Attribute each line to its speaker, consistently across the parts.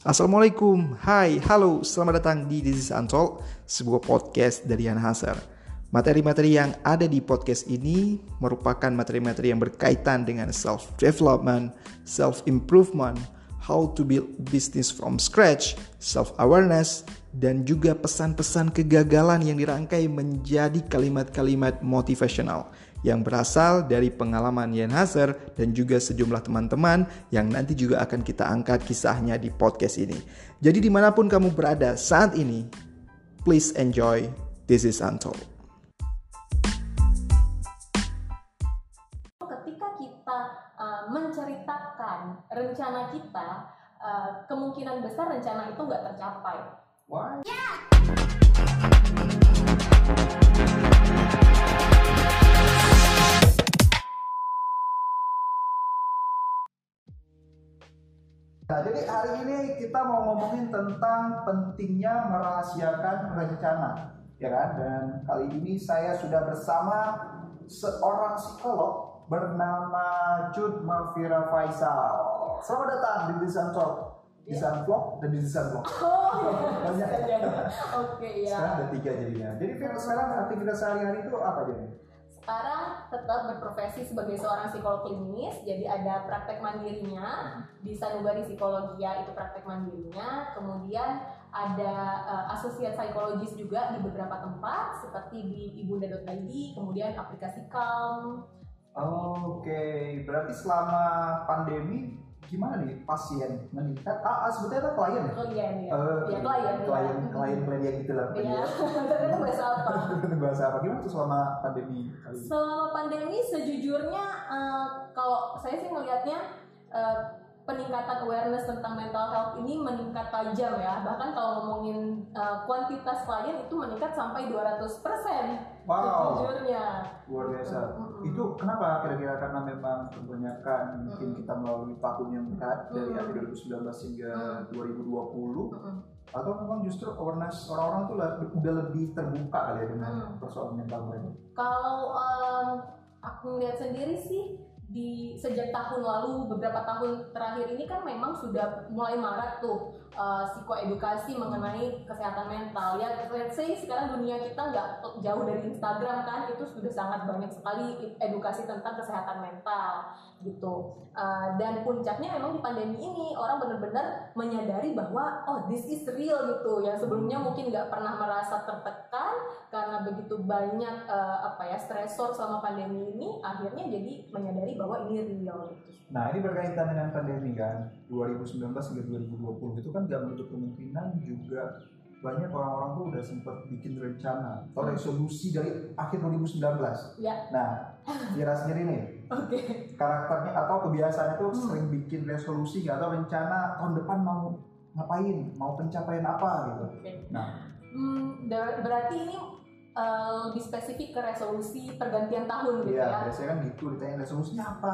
Speaker 1: Assalamualaikum, hai, halo, selamat datang di This is Untold, sebuah podcast dari Yan Hasar. Materi-materi yang ada di podcast ini merupakan materi-materi yang berkaitan dengan self-development, self-improvement, how to build business from scratch, self-awareness, dan juga pesan-pesan kegagalan yang dirangkai menjadi kalimat-kalimat motivational yang berasal dari pengalaman Yan Hasar dan juga sejumlah teman-teman yang nanti juga akan kita angkat kisahnya di podcast ini. Jadi dimanapun kamu berada saat ini, please enjoy This is Untold.
Speaker 2: Ketika kita menceritakan rencana kita, kemungkinan besar rencana itu nggak tercapai.
Speaker 1: Why?
Speaker 2: Yeah.
Speaker 1: Nah, jadi hari ini kita mau ngomongin tentang pentingnya merahasiakan rencana, ya kan? Dan kali ini saya sudah bersama seorang psikolog bernama Cut Mafira Faisal. Selamat datang di Desain Talk, Desain Vlog dan Desain Vlog. Banyak.
Speaker 2: Oke, ya.
Speaker 1: Sekarang ada 3 jadinya. Jadi sekarang aktivitas sehari-hari itu apa jadi?
Speaker 2: Sekarang tetap berprofesi sebagai seorang psikolog klinis, jadi ada praktek mandirinya di Sanubari Psikologia, itu praktek mandirinya. Kemudian ada asosiat psikologis juga di beberapa tempat seperti di ibunda.id, kemudian aplikasi Calm.
Speaker 1: Oke, berarti selama pandemi gimana nih pasien meningkat? Sebetulnya klien ya?
Speaker 2: Klien ya.
Speaker 1: Klien ya gitu lah.
Speaker 2: Iya. Ternyata bahasa apa?
Speaker 1: Bahasa apa? Gimana tuh selama pandemi kali ini?
Speaker 2: Selama pandemi sejujurnya kalau saya sih melihatnya peningkatan awareness tentang mental health ini meningkat tajam ya. Bahkan kalau ngomongin kuantitas klien itu meningkat sampai 200%.
Speaker 1: Wow.
Speaker 2: Sejujurnya.
Speaker 1: Luar biasa. Itu kenapa kira-kira? Karena memang kebanyakan mungkin kita melalui tahun yang berat dari akhir 2019 hingga 2020 atau memang justru awareness orang-orang tuh udah lebih terbuka kali ya dengan persoalan mental mereka.
Speaker 2: Kalau aku lihat sendiri sih di sejak tahun lalu, beberapa tahun terakhir ini kan memang sudah mulai marak tuh psikoedukasi mengenai kesehatan mental ya. Let's say sekarang dunia kita nggak jauh dari Instagram kan, itu sudah sangat banyak sekali edukasi tentang kesehatan mental gitu. Dan puncaknya memang di pandemi ini orang benar-benar menyadari bahwa oh this is real gitu ya. Sebelumnya mungkin nggak pernah merasa tertekan karena begitu banyak stresor selama pandemi ini, akhirnya jadi menyadari bahwa ini real gitu.
Speaker 1: Nah, ini berkaitan dengan pandemi kan, 2019 hingga 2020 itu kan gak menutup kemungkinan juga banyak orang-orang tuh udah sempat bikin rencana atau resolusi dari akhir 2019.
Speaker 2: Ya.
Speaker 1: Nah, Vira sendiri nih, karakternya atau kebiasaan itu sering bikin resolusi gak, atau rencana tahun depan mau ngapain, mau pencapaian apa gitu. Nah,
Speaker 2: berarti ini lebih spesifik ke resolusi pergantian tahun gitu ya?
Speaker 1: Iya, biasanya kan gitu, ditanya resolusinya apa?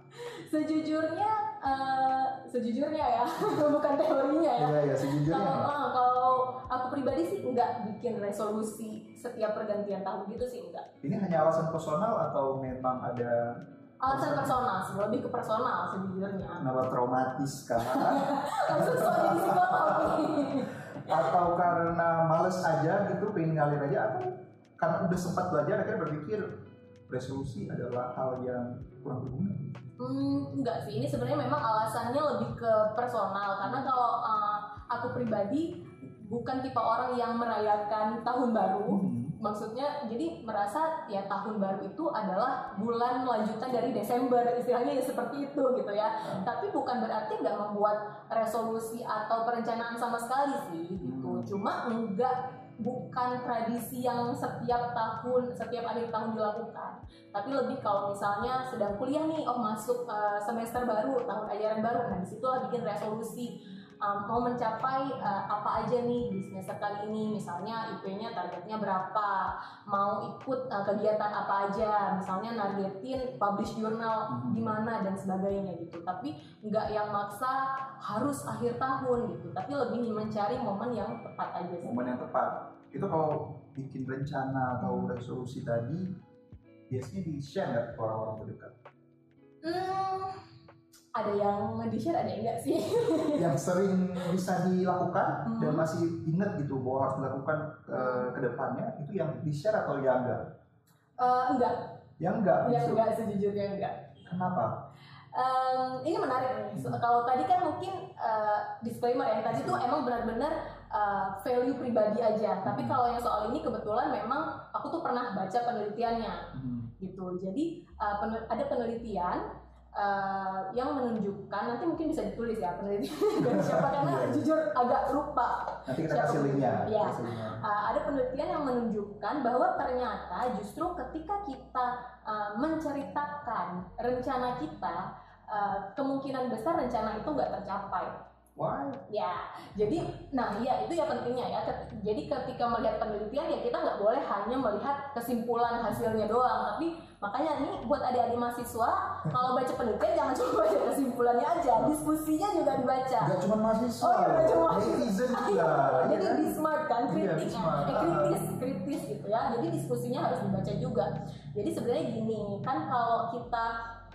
Speaker 2: Sejujurnya ya, bukan teorinya ya.
Speaker 1: Iya, sejujurnya.
Speaker 2: Kalau aku pribadi sih enggak bikin resolusi setiap pergantian tahun gitu sih enggak.
Speaker 1: Ini hanya alasan personal atau memang ada
Speaker 2: alasan personal sih, lebih ke personal sejujurnya.
Speaker 1: Kenapa traumatis kah?
Speaker 2: Langsung soal psikolog.
Speaker 1: Atau karena males aja gitu, pengen ngalir aja, atau karena udah sempat belajar akhirnya berpikir resolusi adalah hal yang kurang berguna?
Speaker 2: Enggak sih, ini sebenarnya memang alasannya lebih ke personal, karena kalau aku pribadi bukan tipe orang yang merayakan tahun baru. Maksudnya jadi merasa ya tahun baru itu adalah bulan lanjutan dari Desember, istilahnya ya seperti itu gitu ya. Tapi bukan berarti nggak membuat resolusi atau perencanaan sama sekali sih gitu. Cuma bukan tradisi yang setiap akhir tahun dilakukan. Tapi lebih kalau misalnya sedang kuliah nih, masuk semester baru, tahun ajaran baru, nah disitulah bikin resolusi. Mau mencapai apa aja nih di semester kali ini, misalnya IP-nya targetnya berapa, mau ikut kegiatan apa aja, misalnya nargetin publish jurnal di mana dan sebagainya gitu. Tapi nggak yang maksa harus akhir tahun gitu, tapi lebih mencari momen yang tepat aja sih.
Speaker 1: Momen yang tepat itu kalau bikin rencana atau resolusi tadi biasanya di-share nggak ke orang-orang terdekat?
Speaker 2: Ada yang di-share, ada yang enggak sih.
Speaker 1: Yang sering bisa dilakukan dan masih ingat gitu bahwa harus dilakukan ke depannya, itu yang di-share atau yang enggak?
Speaker 2: Enggak.
Speaker 1: Yang enggak?
Speaker 2: Yang enggak, sejujurnya enggak.
Speaker 1: Kenapa?
Speaker 2: Ini menarik nih. Kalau tadi kan mungkin disclaimer ya, tadi tuh emang benar-benar value pribadi aja. Tapi kalau yang soal ini kebetulan memang aku tuh pernah baca penelitiannya, gitu. Jadi ada penelitian yang menunjukkan, nanti mungkin bisa ditulis ya penelitian dari siapa, karena jujur agak lupa.
Speaker 1: Nanti kita kasih linknya.
Speaker 2: Ya. Ada penelitian yang menunjukkan bahwa ternyata justru ketika kita menceritakan rencana kita, kemungkinan besar rencana itu nggak tercapai.
Speaker 1: Why?
Speaker 2: Ya, jadi, itu ya pentingnya ya. Jadi ketika melihat penelitian ya kita nggak boleh hanya melihat kesimpulan hasilnya doang. Tapi makanya nih buat adik-adik mahasiswa, kalau baca penelitian jangan cuma baca kesimpulannya aja, diskusinya juga dibaca.
Speaker 1: Gak cuma mahasiswa, netizen juga.
Speaker 2: Jadi be smart kan, kritis gitu ya. Jadi diskusinya harus dibaca juga. Jadi sebenarnya gini kan, kalau kita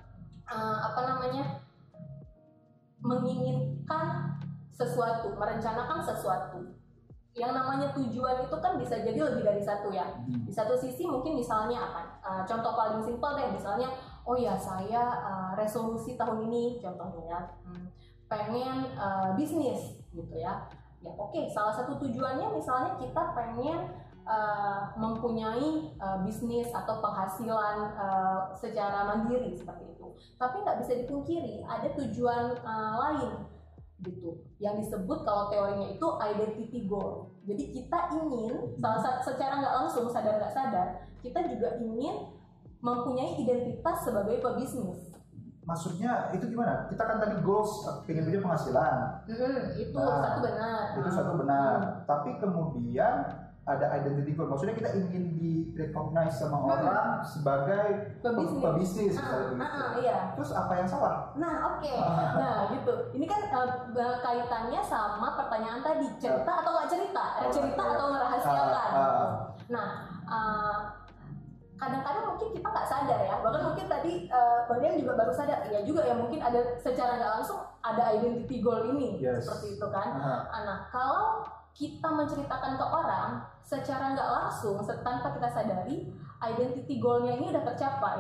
Speaker 2: menginginkan sesuatu, merencanakan sesuatu, yang namanya tujuan itu kan bisa jadi lebih dari satu ya. Di satu sisi mungkin misalnya apa? Contoh paling simpel deh, misalnya, oh ya saya resolusi tahun ini, contohnya ya, pengen bisnis gitu ya. Ya oke, salah satu tujuannya misalnya kita pengen mempunyai bisnis atau penghasilan secara mandiri seperti itu. Tapi nggak bisa dipungkiri ada tujuan lain gitu, yang disebut kalau teorinya itu identity goal. Jadi kita ingin, secara nggak langsung, sadar nggak sadar, kita juga ingin mempunyai identitas sebagai pebisnis.
Speaker 1: Maksudnya itu gimana? Kita kan tadi goals pengen punya penghasilan.
Speaker 2: Itu satu benar.
Speaker 1: Itu satu benar. Tapi kemudian ada identity goal. Maksudnya kita ingin di-recognize sama orang sebagai pebisnis.
Speaker 2: Iya.
Speaker 1: Terus apa yang salah?
Speaker 2: Nah, oke. Nah, gitu. Ini kan kaitannya sama pertanyaan tadi, cerita atau nggak cerita? Cerita atau merahasiakan? Nah, kadang-kadang mungkin kita nggak sadar ya, bahkan mungkin tadi Bang juga baru sadar, ya juga ya, mungkin ada secara nggak langsung ada identity goal ini, seperti itu kan. Nah, kalau kita menceritakan ke orang secara nggak langsung, tanpa kita sadari, identity goal-nya ini udah tercapai.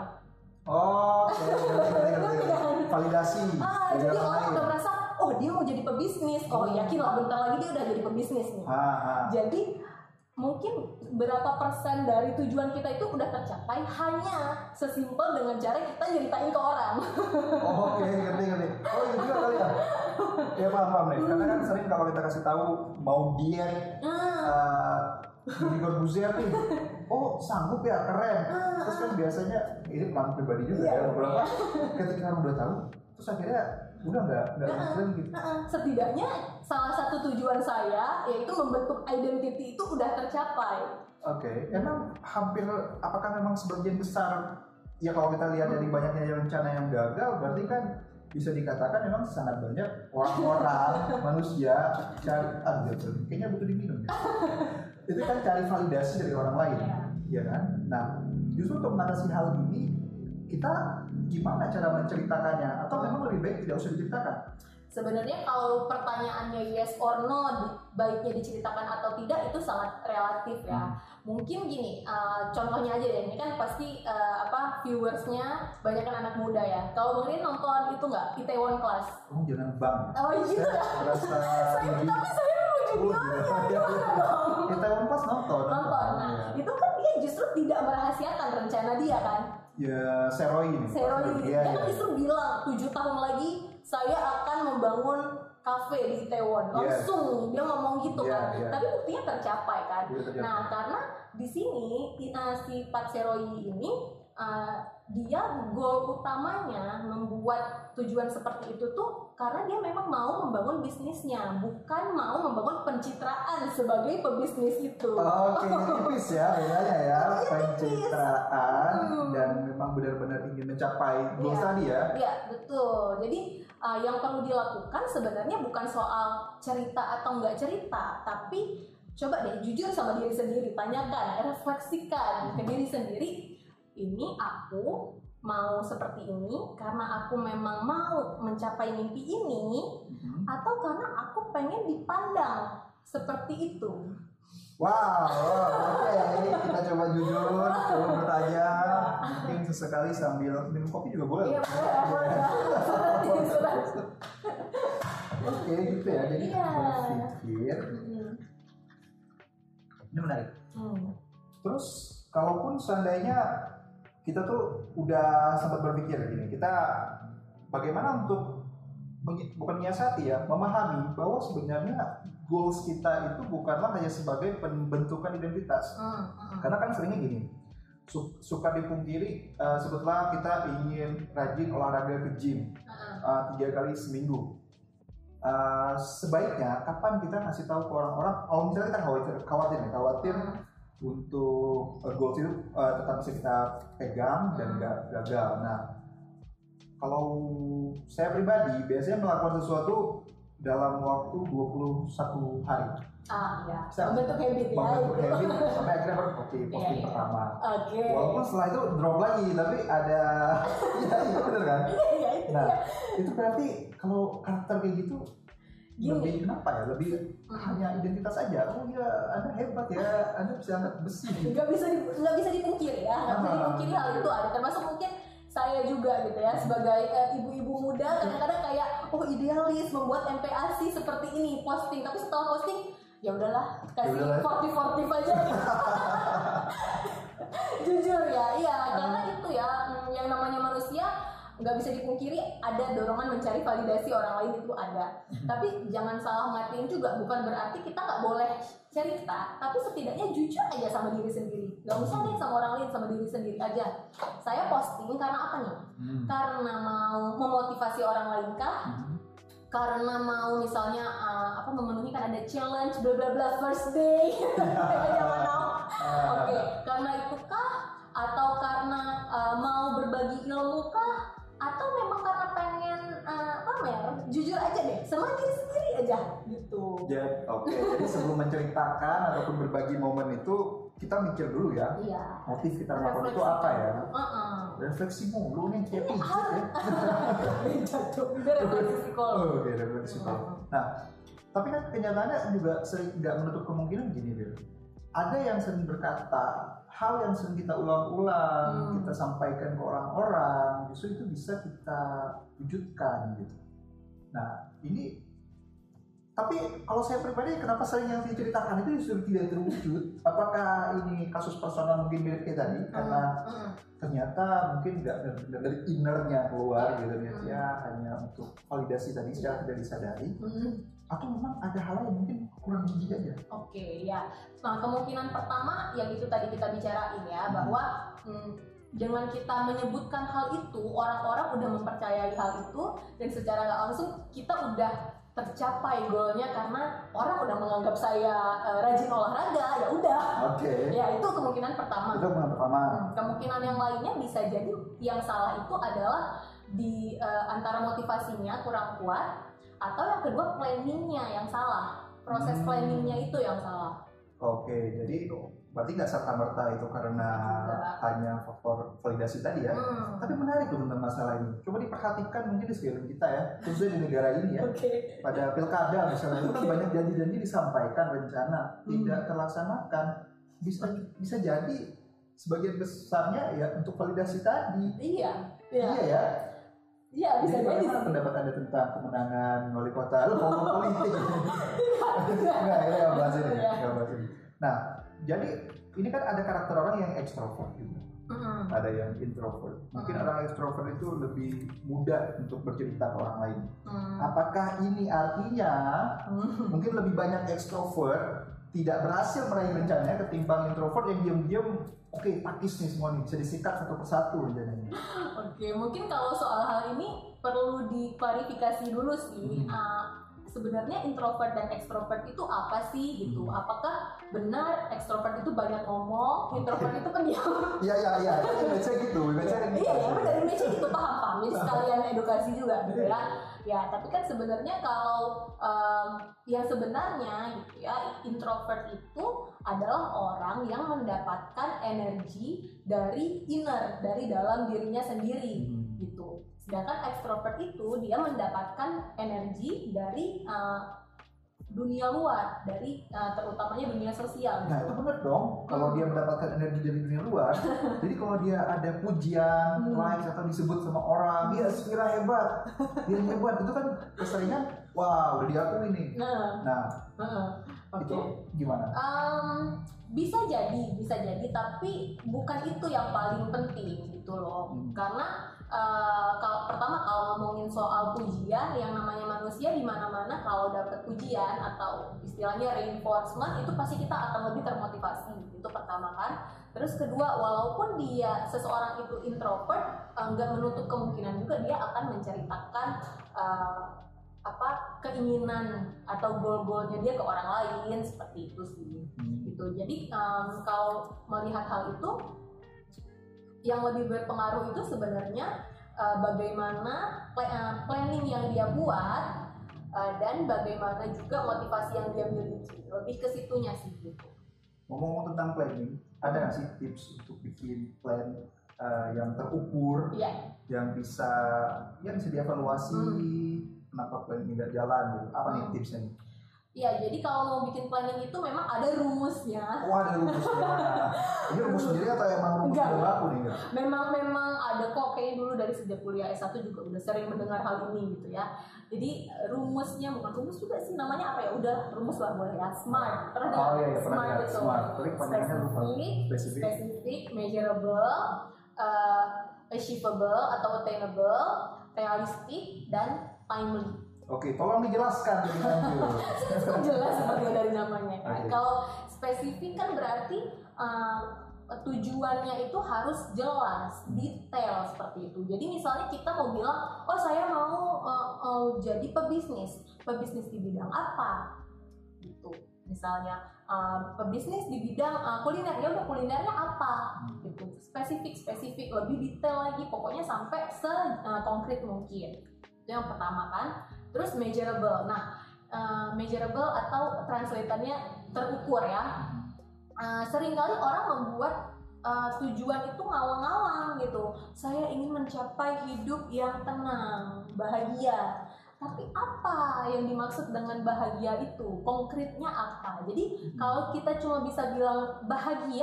Speaker 1: Validasi.
Speaker 2: Jadi orang udah merasa, oh dia mau jadi pebisnis, yakin lah bentar lagi dia udah jadi pebisnis nih. Jadi mungkin berapa persen dari tujuan kita itu udah tercapai hanya sesimpel dengan cara kita nyeritain ke orang.
Speaker 1: Ngerti. Oh iya juga kali ya. Ya paham nih. Karena kan sering kalau kita kasih tahu mau diet, Deddy Corbuzier nih, sanggup ya, keren. Terus kan biasanya ini pengalaman pribadi juga ya, beberapa ketika orang udah tahu, terus akhirnya udah nggak gitu.
Speaker 2: Setidaknya salah satu tujuan saya yaitu membentuk identity itu udah tercapai.
Speaker 1: Emang hampir, apakah memang sebagian besar ya, kalau kita lihat dari banyaknya rencana yang gagal, berarti kan bisa dikatakan memang sangat banyak orang-orang manusia cari kayaknya butuh diminum ya. Itu kan cari validasi dari orang lain, ya kan? Nah, justru untuk mengatasi hal ini, kita gimana cara menceritakannya? Atau memang lebih baik tidak usah diceritakan?
Speaker 2: Sebenarnya kalau pertanyaannya yes or no, baiknya diceritakan atau tidak, itu sangat relatif ya. Mungkin gini, contohnya aja ya, ini kan pasti viewersnya banyak kan anak muda ya. Kalau Bang Rian nonton itu nggak, Itaewon Class?
Speaker 1: Jangan bang.
Speaker 2: Gitu ya? Tapi saya mau juga
Speaker 1: Itaewon Class nonton.
Speaker 2: Nah, itu kan dia justru tidak merahasiakan rencana dia kan?
Speaker 1: Ya, Seroy.
Speaker 2: Dia kan justru bilang 7 tahun lagi saya akan membangun kafe di Itaewon. Langsung dia ngomong gitu kan. Tapi buktinya tercapai kan. Nah, karena di sini si Pak Seroy ini dia goal utamanya membuat tujuan seperti itu tuh karena dia memang mau membangun bisnisnya, bukan mau membangun pencitraan sebagai pebisnis itu.
Speaker 1: Tipis ya bedanya ya, pencitraan dan memang benar-benar ingin mencapai goal tadi ya.
Speaker 2: Iya, betul. Jadi yang perlu dilakukan sebenarnya bukan soal cerita atau enggak cerita, tapi coba deh jujur sama diri sendiri, tanyakan, refleksikan ke diri sendiri. Ini aku mau seperti ini karena aku memang mau mencapai mimpi ini, atau karena aku pengen dipandang seperti itu.
Speaker 1: Wow, oke. Kita coba jujur, coba bertanya. Mungkin sesekali sambil minum kopi juga boleh.
Speaker 2: Iya, boleh.
Speaker 1: Oke, gitu ya. Jadi berpikir. Ini menarik. Terus, kalaupun seandainya kita tuh udah sempat berpikir gini, kita bagaimana untuk bukan menyiasati ya, memahami bahwa sebenarnya goals kita itu bukanlah hanya sebagai pembentukan identitas. Karena kan seringnya gini, suka dipungkiri sebetulnya kita ingin rajin olahraga ke gym 3 kali seminggu. Sebaiknya kapan kita kasih tahu ke orang-orang, kalau misalnya kita khawatir untuk goals itu tetap bisa kita pegang dan nggak gagal. Nah, kalau saya pribadi biasanya melakukan sesuatu dalam waktu 21 hari.
Speaker 2: Ya. Membentuk habit ya.
Speaker 1: Membentuk habit sampai akhirnya posting pertama. Walaupun setelah itu drop lagi, tapi ada iya benar kan? Nah, itu berarti kalau karakter kayak gitu lebih kenapa ya? Lebih hanya identitas aja. Oh ya, Anda hebat ya, Anda bisa angkat besi.
Speaker 2: Nggak bisa dipungkiri ya, nggak bisa dipungkiri hal itu ada. Termasuk mungkin saya juga gitu ya, sebagai ibu-ibu muda kadang-kadang kayak idealis membuat MPASI seperti ini, posting, tapi setelah posting ya udahlah, kasih 40 aja gitu. Jujur ya, iya, karena itu ya yang namanya manusia nggak bisa dipungkiri ada dorongan mencari validasi orang lain, itu ada. Tapi jangan salah ngertiin juga, bukan berarti kita nggak boleh cerita, tapi setidaknya jujur aja sama diri sendiri. Nggak usah deh sama orang lain, sama diri sendiri aja. Saya posting karena apa nih? Karena mau memotivasi orang lain kah? Karena mau misalnya memenuhi, kan ada challenge bla bla bla first day jangan oke, karena itu kah? Atau karena mau berbagi ilmu kah? Atau memang karena pengen pamer? Jujur aja deh sama diri sendiri aja gitu.
Speaker 1: Ya, jadi sebelum menceritakan ataupun berbagi momen itu kita mikir dulu ya.
Speaker 2: Iya.
Speaker 1: Motif kita melakukan itu apa ya? Refleksi mulu nih kayak pijat ya.
Speaker 2: Refleksi psikolog.
Speaker 1: Oke, refleksi psikolog. Nah, tapi kan kenyataannya juga sering nggak menutup kemungkinan gini, Bill. Ada yang sering berkata hal yang sering kita ulang-ulang, kita sampaikan ke orang-orang, justru itu bisa kita wujudkan gitu. Nah, ini tapi kalau saya pribadi, kenapa sering yang diceritakan itu justru tidak terwujud? Apakah ini kasus personal mungkin mirip kayak tadi? Karena ternyata mungkin nggak dari innernya keluar gitu ya, hanya untuk validasi tadi secara tidak disadari. Atau memang ada hal yang mungkin kurang gigi aja?
Speaker 2: Oke, ya. Nah, kemungkinan pertama yang itu tadi kita bicarain ya, bahwa dengan kita menyebutkan hal itu, orang-orang udah mempercayai hal itu, dan secara nggak langsung kita udah tercapai goalnya karena orang udah menganggap saya rajin olahraga, ya udah. Ya, itu kemungkinan pertama.
Speaker 1: Itu kemungkinan pertama.
Speaker 2: Kemungkinan yang lainnya bisa jadi yang salah itu adalah di antara motivasinya kurang kuat, atau yang kedua planningnya yang salah, proses planningnya itu yang salah.
Speaker 1: Jadi berarti nggak serta-merta itu karena hanya faktor validasi tadi ya. Tapi menarik tuh tentang masalah ini. Coba diperhatikan mungkin di sekeliling kita ya, khususnya di negara ini ya. Pada pilkada misalnya itu kan banyak janji-janji disampaikan, rencana tidak terlaksanakan. Bisa jadi sebagian besarnya ya untuk validasi tadi. Iya ya.
Speaker 2: Iya, bisa jadi.
Speaker 1: Bagaimana pendapat Anda tentang kemenangan wali kota? Lu ngomong politik. Enggak, kita bahas ini. Nah, jadi ini kan ada karakter orang yang ekstrovert gitu. Ada yang introvert. Mungkin orang ekstrovert itu lebih mudah untuk bercerita ke orang lain. Apakah ini artinya mungkin lebih banyak ekstrovert tidak berhasil meraih rencananya ketimbang introvert yang diam-diam takis nih semua nih, bisa disikat satu persatu rencananya.
Speaker 2: Mungkin kalau soal hal ini perlu diklarifikasi dulu sih. Sebenarnya introvert dan extrovert itu apa sih gitu? Apakah benar extrovert itu banyak ngomong, introvert itu pendiam?
Speaker 1: Iya, itu baca gitu.
Speaker 2: Iya, benar baca gitu, paham. Jadi sekalian edukasi juga gitu ya. Ya, tapi kan sebenarnya kalau yang sebenarnya gitu ya, introvert itu adalah orang yang mendapatkan energi dari inner, dari dalam dirinya sendiri gitu. Sedangkan extrovert itu dia mendapatkan energi dari dunia luar, dari terutamanya dunia sosial.
Speaker 1: Nah itu benar dong, kalau dia mendapatkan energi dari dunia luar. Jadi kalau dia ada pujian, likes atau disebut sama orang, dia Vira hebat, dia hebat, itu kan keseringan, wah udah diakui nih. Itu gimana?
Speaker 2: Bisa jadi, tapi bukan itu yang paling penting gitu loh. Karena kalau ngomongin soal pujian, yang namanya manusia di mana-mana kalau dapat pujian atau istilahnya reinforcement itu pasti kita akan lebih termotivasi. Itu pertama kan. Terus kedua, walaupun dia seseorang itu introvert, nggak menutup kemungkinan juga dia akan menceritakan keinginan atau goal-goalnya dia ke orang lain, seperti itu sih. Gitu. Jadi kalau melihat hal itu, yang lebih berpengaruh itu sebenarnya bagaimana planning yang dia buat dan bagaimana juga motivasi yang dia miliki. Lebih ke situnya sih gitu.
Speaker 1: Ngomong tentang planning, ada nggak sih tips untuk bikin plan yang terukur, yang bisa dievaluasi kenapa plan ini nggak jalan gitu? Apa nih tipsnya?
Speaker 2: Iya, jadi kalau mau bikin planning itu memang ada rumusnya.
Speaker 1: Oh, ada rumusnya. Ini rumus sendiri atau emang rumus yang baku nih?
Speaker 2: Memang ada kok, kayaknya dulu dari sejak kuliah S1 juga udah sering mendengar hal ini gitu ya. Jadi rumusnya, bukan rumus juga sih, namanya apa ya? Udah rumus lah boleh ya. SMART. Pernah dengar? SMART itu. Spesifik, measurable, achievable atau attainable, realistic, dan timely.
Speaker 1: Oke, tolong dijelaskan lebih lanjut.
Speaker 2: Jelas seperti dari namanya kan. Kalau spesifik kan berarti tujuannya itu harus jelas, detail seperti itu. Jadi misalnya kita mau bilang, oh saya mau jadi pebisnis di bidang apa, gitu. Misalnya pebisnis di bidang kuliner, ya udah kulinernya apa, gitu. Spesifik, lebih detail lagi. Pokoknya sampai konkret mungkin. Itu yang pertama kan. Terus measurable. Nah, measurable atau translatannya terukur ya. Seringkali orang membuat tujuan itu ngawang-ngawang gitu. Saya ingin mencapai hidup yang tenang, bahagia. Tapi apa yang dimaksud dengan bahagia itu? Konkretnya apa? Jadi kalau kita cuma bisa bilang bahagia,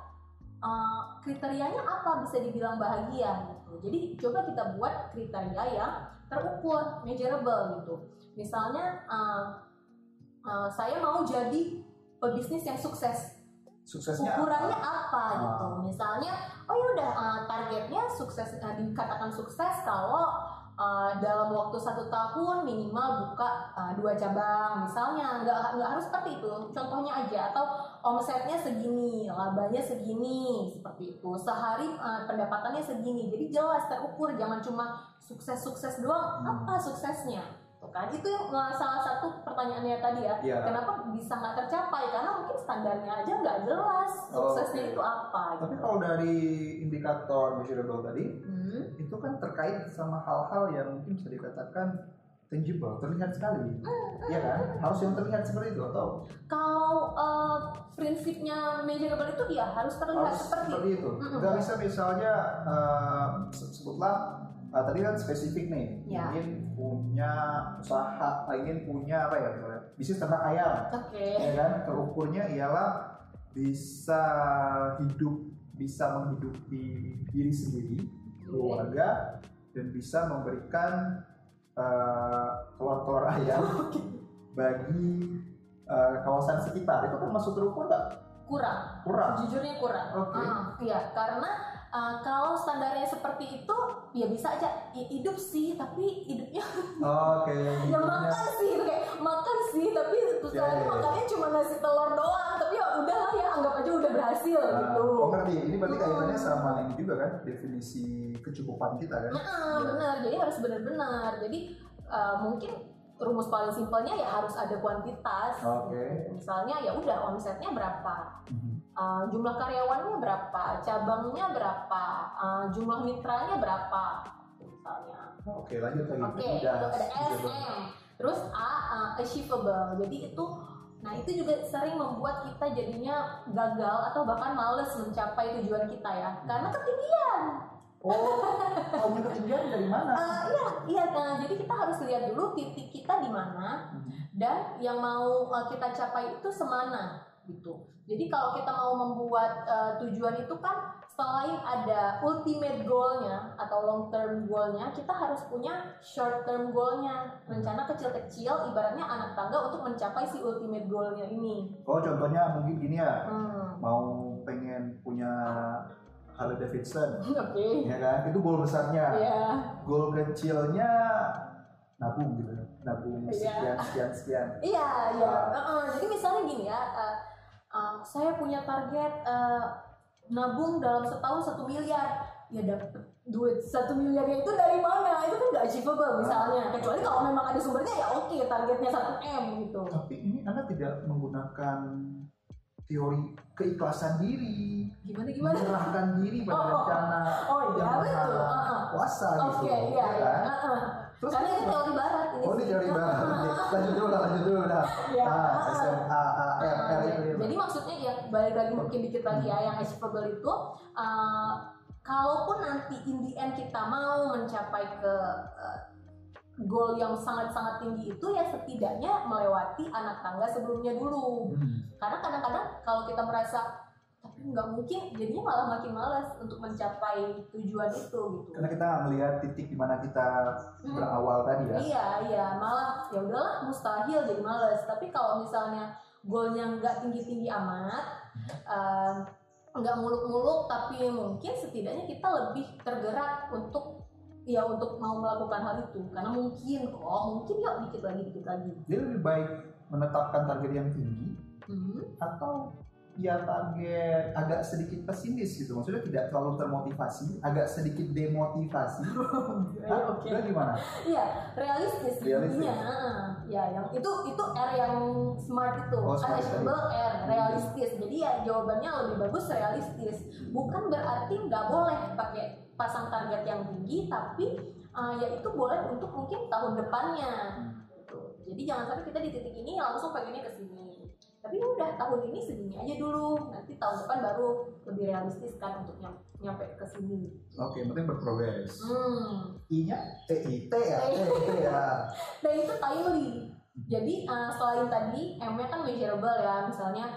Speaker 2: kriterianya apa bisa dibilang bahagia gitu. Jadi coba kita buat kriteria yang terukur, measurable gitu. Misalnya saya mau jadi pebisnis yang sukses.
Speaker 1: Suksesnya
Speaker 2: ukurannya apa gitu. Misalnya, oh ya udah targetnya sukses, dikatakan sukses kalau dalam waktu 1 tahun minimal buka 2 cabang misalnya, nggak harus seperti itu, contohnya aja, atau omsetnya segini, labanya segini, seperti itu, sehari pendapatannya segini. Jadi jelas, terukur, jangan cuma sukses doang. Apa suksesnya? Tuh kan, itu yang salah satu pertanyaannya tadi ya. Kenapa bisa nggak tercapai? Karena mungkin standarnya aja nggak jelas suksesnya itu apa.
Speaker 1: Tapi kalau dari indikator measurable tadi, itu kan terkait sama hal-hal yang mungkin bisa dikatakan tangible, terlihat sekali, ya kan? Harus yang terlihat seperti itu atau?
Speaker 2: Kalau prinsipnya measurable itu ya harus terlihat seperti itu.
Speaker 1: Nggak bisa misalnya sebutlah tadi kan spesifik nih, ingin punya usaha, ingin punya apa ya, bisnis ternak ayam, ya kan? Terukurnya ialah bisa menghidupi diri sendiri, keluarga, dan bisa memberikan telur-telur ayam bagi kawasan sekitar. Itu kan masuk terukur nggak? Kurang.
Speaker 2: Jujurnya kurang. Iya, karena kalau standarnya seperti itu, ya bisa aja hidup sih, tapi hidupnya ya makan sih, tapi makannya cuma nasi telur doang, tapi ya udahlah ya, anggap aja udah berhasil gitu.
Speaker 1: Oh ngerti, ini berarti kaitannya sama ini juga kan, definisi kecukupan kita kan?
Speaker 2: Benar, jadi harus benar-benar. Jadi mungkin rumus paling simpelnya ya harus ada kuantitas. Misalnya ya udah omsetnya berapa, jumlah karyawannya berapa, cabangnya berapa, jumlah mitranya berapa, misalnya.
Speaker 1: Oke, lanjut lagi.
Speaker 2: Oke, itu ada SM. Terus achievable. Jadi itu juga sering membuat kita jadinya gagal atau bahkan males mencapai tujuan kita ya, karena ketinggian.
Speaker 1: Punya ketinggian dari mana?
Speaker 2: Iya. Jadi kita harus lihat dulu titik kita di mana dan yang mau kita capai itu semana gitu. Jadi kalau kita mau membuat tujuan itu kan selain ada ultimate goalnya atau long term goalnya, kita harus punya short term goalnya, rencana kecil-kecil ibaratnya anak tangga untuk mencapai si ultimate goalnya ini.
Speaker 1: Contohnya mungkin gini ya, mau pengen punya Harley Davidson, ya kan? Itu goal besarnya. Goal kecilnya nabung gitu, sekian.
Speaker 2: Iya. Jadi misalnya gini ya, saya punya target nabung dalam setahun 1 miliar. Ya dapat duit 1 miliarnya itu dari mana? Itu kan nggak achievable misalnya. Kecuali kalau memang ada sumbernya ya oke, targetnya 1 M gitu.
Speaker 1: Tapi ini Anda tidak menggunakan teori keikhlasan diri, menyerahkan diri pada rencana yang
Speaker 2: betul.
Speaker 1: Puasa gitu.
Speaker 2: Iya.
Speaker 1: Terus
Speaker 2: karena ini teori barat ini.
Speaker 1: Ini teori barat. Lanjut dulu dah. SMA, R itu.
Speaker 2: Jadi maksudnya ya balik lagi mungkin dikit lagi ya, yang achievable itu kalaupun nanti in the end kita mau mencapai ke goal yang sangat-sangat tinggi itu, ya setidaknya melewati anak tangga sebelumnya dulu. Karena kadang-kadang kalau kita merasa tapi nggak mungkin, jadinya malah makin malas untuk mencapai tujuan itu gitu.
Speaker 1: Karena kita melihat titik di mana kita berawal tadi ya.
Speaker 2: Iya, malah ya udahlah mustahil jadi malas. Tapi kalau misalnya goalnya nggak tinggi-tinggi amat, nggak muluk-muluk, tapi mungkin setidaknya kita lebih tergerak untuk mau melakukan hal itu, karena mungkin yuk dikit lagi.
Speaker 1: Jadi lebih baik menetapkan target yang tinggi atau ya target agak sedikit pesimis gitu, maksudnya tidak terlalu termotivasi, agak sedikit demotivasi.
Speaker 2: Oke.
Speaker 1: Gimana?
Speaker 2: Iya, realistis. Ya, yang itu R yang smart itu, achievable R, realistis. Jadi ya jawabannya lebih bagus realistis. Bukan berarti nggak boleh pakai pasang target yang tinggi, tapi ya itu boleh untuk mungkin tahun depannya. Gitu. Jadi jangan sampai kita di titik ini langsung pengennya ke sini. Tapi udah tahun ini segini aja dulu, nanti tahun depan baru lebih realistis kan untuk nyampe ke sini.
Speaker 1: Oke, penting berprogres. I-nya TIT ya.
Speaker 2: Dan itu timely. Jadi selain tadi M-nya kan measurable ya, misalnya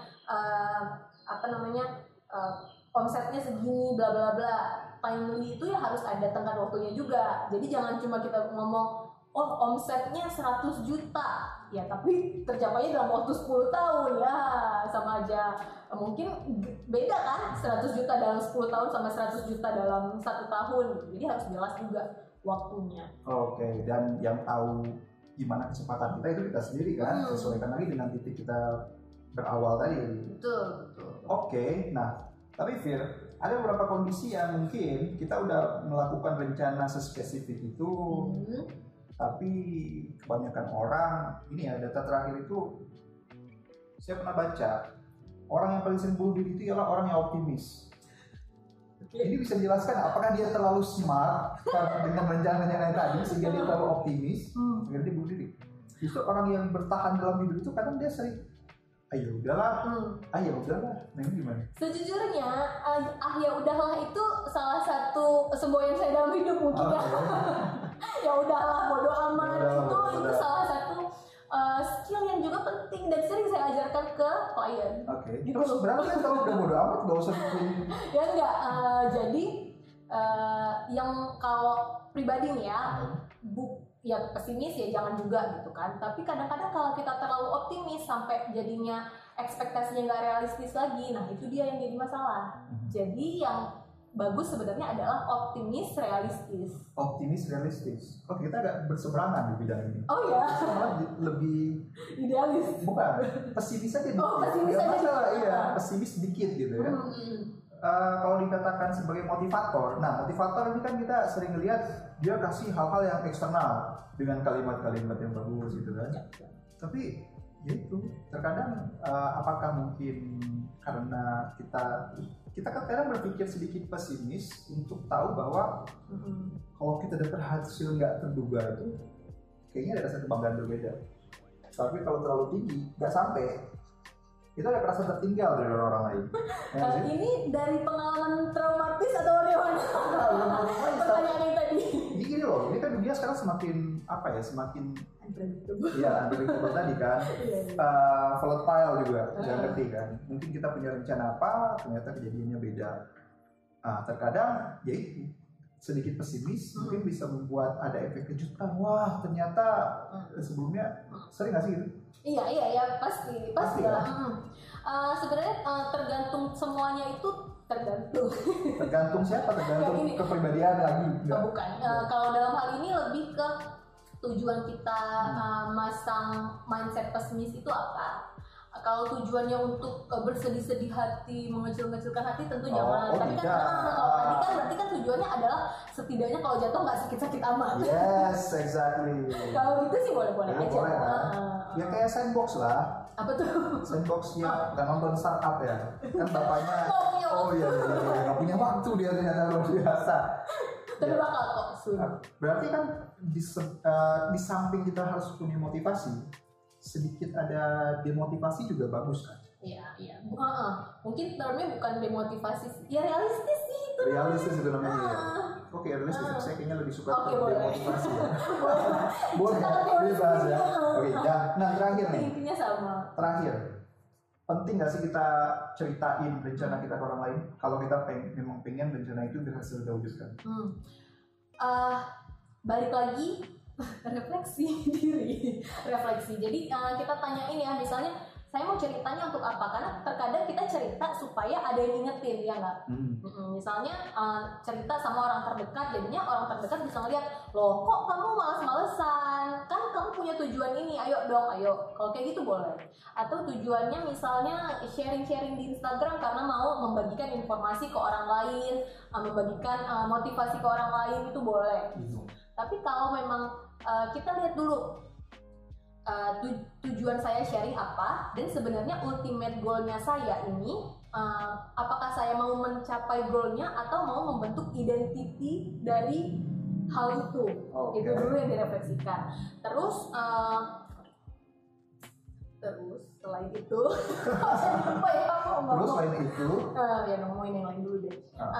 Speaker 2: omsetnya segini bla bla bla. Timely itu ya harus ada tenggat waktunya juga. Jadi jangan cuma kita ngomong omsetnya 100 juta ya, tapi tercapainya dalam waktu 10 tahun ya, sama aja. Mungkin beda kan 100 juta dalam 10 tahun sama 100 juta dalam 1 tahun. Jadi harus jelas juga waktunya. Oke,
Speaker 1: dan yang tahu gimana kecepatan kita itu kita sendiri kan, sesuaikan lagi dengan titik kita berawal tadi.
Speaker 2: Betul.
Speaker 1: Oke, nah tapi Fir, ada beberapa kondisi yang mungkin kita udah melakukan rencana sespesifik itu, tapi kebanyakan orang, ini ya data terakhir itu saya pernah baca, orang yang paling sering bunuh diri itu ialah orang yang optimis. Ini bisa dijelaskan apakah dia terlalu smart dengan rencana-rencana tadi sehingga dia terlalu optimis sehingga dia bunuh diri. Justru orang yang bertahan dalam hidup itu kadang dia sering ayo udahlah. Nah ini gimana?
Speaker 2: Sejujurnya ya udahlah itu salah satu semboyan saya dalam hidup mungkin ya. Ya udahlah, bodo amat. Itu salah satu skill yang juga penting dan sering saya ajarkan ke klien.
Speaker 1: Oke. Terus berapa kan kalau udah bodo amat nggak usah bikin?
Speaker 2: Ya enggak. Jadi yang kalau pribadi nih ya, ya pesimis ya jangan juga gitu kan. Tapi kadang-kadang kalau kita terlalu optimis sampai jadinya ekspektasinya nggak realistis lagi, nah itu dia yang jadi masalah. Jadi yang bagus sebenarnya adalah optimis realistis.
Speaker 1: Oke, kita agak berseberangan di bidang ini.
Speaker 2: Oh ya.
Speaker 1: Lebih
Speaker 2: idealis.
Speaker 1: Bukan, pesimis aja dikit.
Speaker 2: Pesimis aja
Speaker 1: masalah, iya, pesimis dikit gitu ya. Kalau dikatakan sebagai motivator, nah motivator ini kan kita sering lihat dia kasih hal-hal yang eksternal dengan kalimat-kalimat yang bagus gitu kan. Tapi ya itu terkadang apakah mungkin karena kita kan kadang berpikir sedikit pesimis untuk tahu bahwa kalau kita dapat hasil nggak terduga itu kayaknya ada rasa kebanggaan berbeda. Tapi kalau terlalu tinggi nggak sampai, kita ada perasaan tertinggal dari orang lain.
Speaker 2: Ini dari pengalaman traumatis atau dari mana? Pertanyaan yang tadi.
Speaker 1: Ini gini loh, ini kan dunia sekarang semakin unpredictable tadi kan, volatile juga, nggak ngerti kan. Mungkin kita punya rencana apa, ternyata kejadiannya beda. Terkadang ya itu sedikit pesimis mungkin bisa membuat ada efek kejutan. Wah ternyata sebelumnya sering nggak sih gitu?
Speaker 2: Iya pasti lah. Sebenarnya tergantung semuanya itu tergantung siapa, tergantung kepribadian lagi. Bukan. Kalau dalam hal ini lebih ke tujuan kita masang mindset pesimis itu apa. Kalau tujuannya untuk bersedih-sedih hati, mengecil-ngecilkan hati tentu jangan. Tapi kan berarti kan tujuannya adalah setidaknya kalau jatuh nggak sakit-sakit amat.
Speaker 1: Yes, exactly.
Speaker 2: Kalau gitu sih boleh-boleh aja.
Speaker 1: Boleh, kan? Ya kayak Sandbox lah.
Speaker 2: Apa tuh?
Speaker 1: Sandbox ya, nggak nonton startup ya. Kan bapaknya. Oh iya, nggak punya waktu dia ternyata luar biasa.
Speaker 2: Tapi bakal kok.
Speaker 1: Berarti kan di samping kita harus punya motivasi, sedikit ada demotivasi juga bagus kan?
Speaker 2: Iya. Mungkin termnya bukan demotivasi sih. Ya realistis sih itu.
Speaker 1: Realistis itu namanya. Oke, realistis. Saya kayaknya lebih suka demotivasi. Boleh bahas ya. Oke, nah terakhir nih.
Speaker 2: Intinya sama.
Speaker 1: Terakhir, penting nggak sih kita ceritain rencana kita ke orang lain? Kalau kita memang pengen rencana itu berhasil diwujudkan.
Speaker 2: Balik lagi. Refleksi diri. Jadi kita tanyain ya, misalnya saya mau ceritanya untuk apa, karena terkadang kita cerita supaya ada yang ingetin, ya nggak? Misalnya cerita sama orang terdekat, jadinya orang terdekat bisa ngeliat, loh kok kamu males-malesan, kan kamu punya tujuan ini, ayo kalau kayak gitu boleh. Atau tujuannya misalnya sharing-sharing di Instagram karena mau membagikan informasi ke orang lain, membagikan motivasi ke orang lain, itu boleh. Tapi kalau memang kita lihat dulu tujuan saya sharing apa, dan sebenarnya ultimate goalnya saya ini apakah saya mau mencapai goalnya atau mau membentuk identity dari hal itu. Itu dulu yang direfleksikan. Terus selain itu ya ngomongin yang lain dulu deh.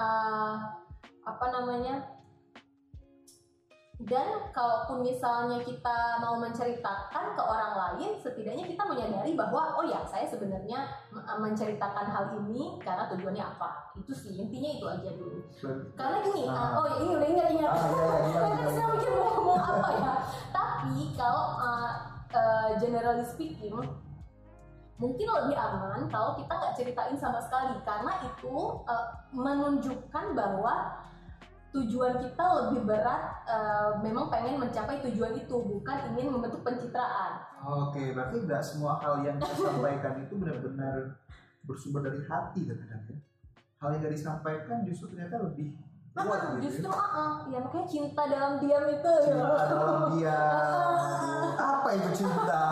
Speaker 2: Dan kalaupun misalnya kita mau menceritakan ke orang lain, setidaknya kita menyadari bahwa oh ya, saya sebenarnya menceritakan hal ini karena tujuannya apa. Itu sih intinya, itu aja dulu. Karena gini, ini udah ingat. Saya mikir mau ngomong apa ya. Tapi kalau generally speaking, mungkin lebih aman kalau kita nggak ceritain sama sekali, karena itu menunjukkan bahwa tujuan kita lebih berat, memang pengen mencapai tujuan itu, bukan ingin membentuk pencitraan.
Speaker 1: Oke, berarti nggak semua hal yang kita sampaikan itu benar-benar bersumber dari hati terkadang ya. Hal yang nggak disampaikan justru ternyata lebih kuat gitu.
Speaker 2: Justru ya makanya cinta dalam diam itu.
Speaker 1: Cinta dalam diam. Apa itu cinta?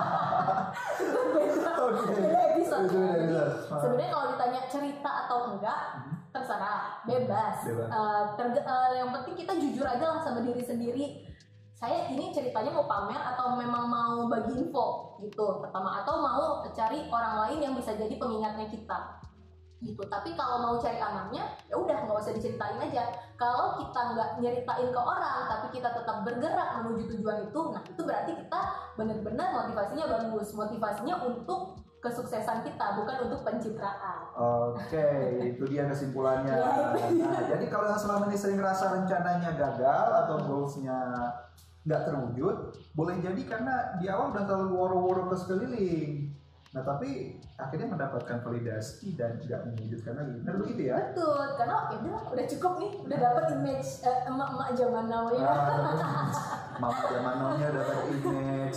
Speaker 2: Beda episode. Sebenarnya kalau ditanya cerita atau enggak, terserah, bebas. Yang penting kita jujur aja lah sama diri sendiri. Saya ini ceritanya mau pamer atau memang mau bagi info gitu pertama, atau mau cari orang lain yang bisa jadi pengingatnya kita gitu. Tapi kalau mau cari amannya, ya udah nggak usah diceritain aja. Kalau kita nggak nyeritain ke orang, tapi kita tetap bergerak menuju tujuan itu, nah itu berarti kita benar-benar motivasinya bagus, motivasinya untuk kesuksesan kita, bukan untuk pencitraan.
Speaker 1: Oke, itu dia kesimpulannya. Nah, jadi kalau yang selama ini sering ngerasa rencananya gagal atau goalsnya nggak terwujud, boleh jadi karena di awal udah terlalu woro-woro ke sekeliling. Nah tapi akhirnya mendapatkan validasi dan tidak mewujudkan lagi. Benar begitu ya?
Speaker 2: Betul, karena udah cukup nih, udah dapat image emak-emak zaman now ya.
Speaker 1: Mama zaman now-nya dapat image,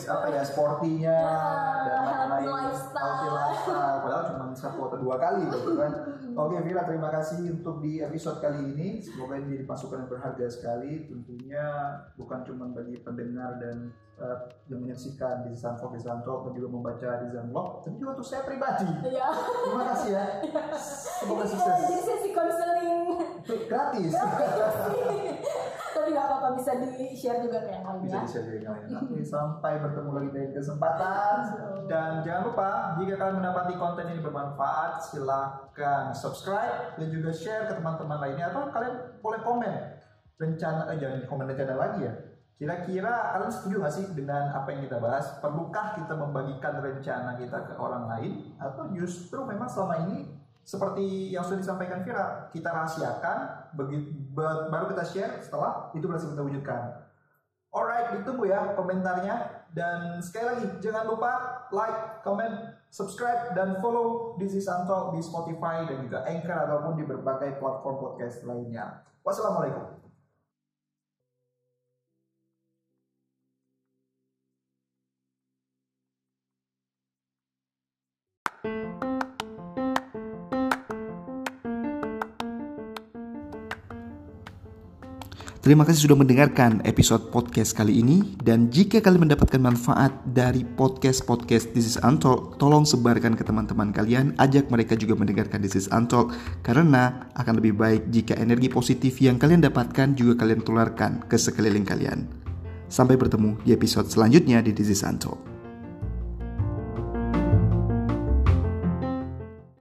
Speaker 1: sportinya dan
Speaker 2: healthy
Speaker 1: lain-lain,
Speaker 2: lifestyle.
Speaker 1: padahal cuma 1 atau 2 kali gitu kan. Oke Vira, terima kasih untuk di episode kali ini. Semoga ini jadi masukan yang berharga sekali, tentunya bukan cuma bagi pendengar dan yang menyaksikan di Sanfok, di Santok, dan juga membaca di Zanblog, tapi juga untuk saya pribadi.
Speaker 2: Iya.
Speaker 1: Terima kasih ya. Semoga sukses.
Speaker 2: Jadi sesi konseling
Speaker 1: Gratis.
Speaker 2: Tapi nggak apa-apa, bisa di-share juga ke yang lainnya.
Speaker 1: Bisa di-share juga yang lain. Oke, sampai bertemu lagi di kesempatan. Dan jangan lupa, jika kalian mendapati konten ini bermanfaat, silakan subscribe dan juga share ke teman-teman lainnya. Atau kalian boleh komen rencana, jangan komen rencana lagi ya. Kira-kira kalian setuju nggak sih dengan apa yang kita bahas? Perlukah kita membagikan rencana kita ke orang lain? Atau justru memang selama ini seperti yang sudah disampaikan Vira, kita rahasiakan, baru kita share, setelah itu berhasil kita wujudkan. Alright, ditunggu ya komentarnya. Dan sekali lagi, jangan lupa like, comment, subscribe, dan follow This is Untalk di Spotify dan juga Anchor ataupun di berbagai platform podcast lainnya. Wassalamualaikum. Terima kasih sudah mendengarkan episode podcast kali ini. Dan jika kalian mendapatkan manfaat dari podcast This is Untalk, tolong sebarkan ke teman-teman kalian. Ajak mereka juga mendengarkan This is Untalk, karena akan lebih baik jika energi positif yang kalian dapatkan juga kalian tularkan ke sekeliling kalian. Sampai bertemu di episode selanjutnya di This is Untalk.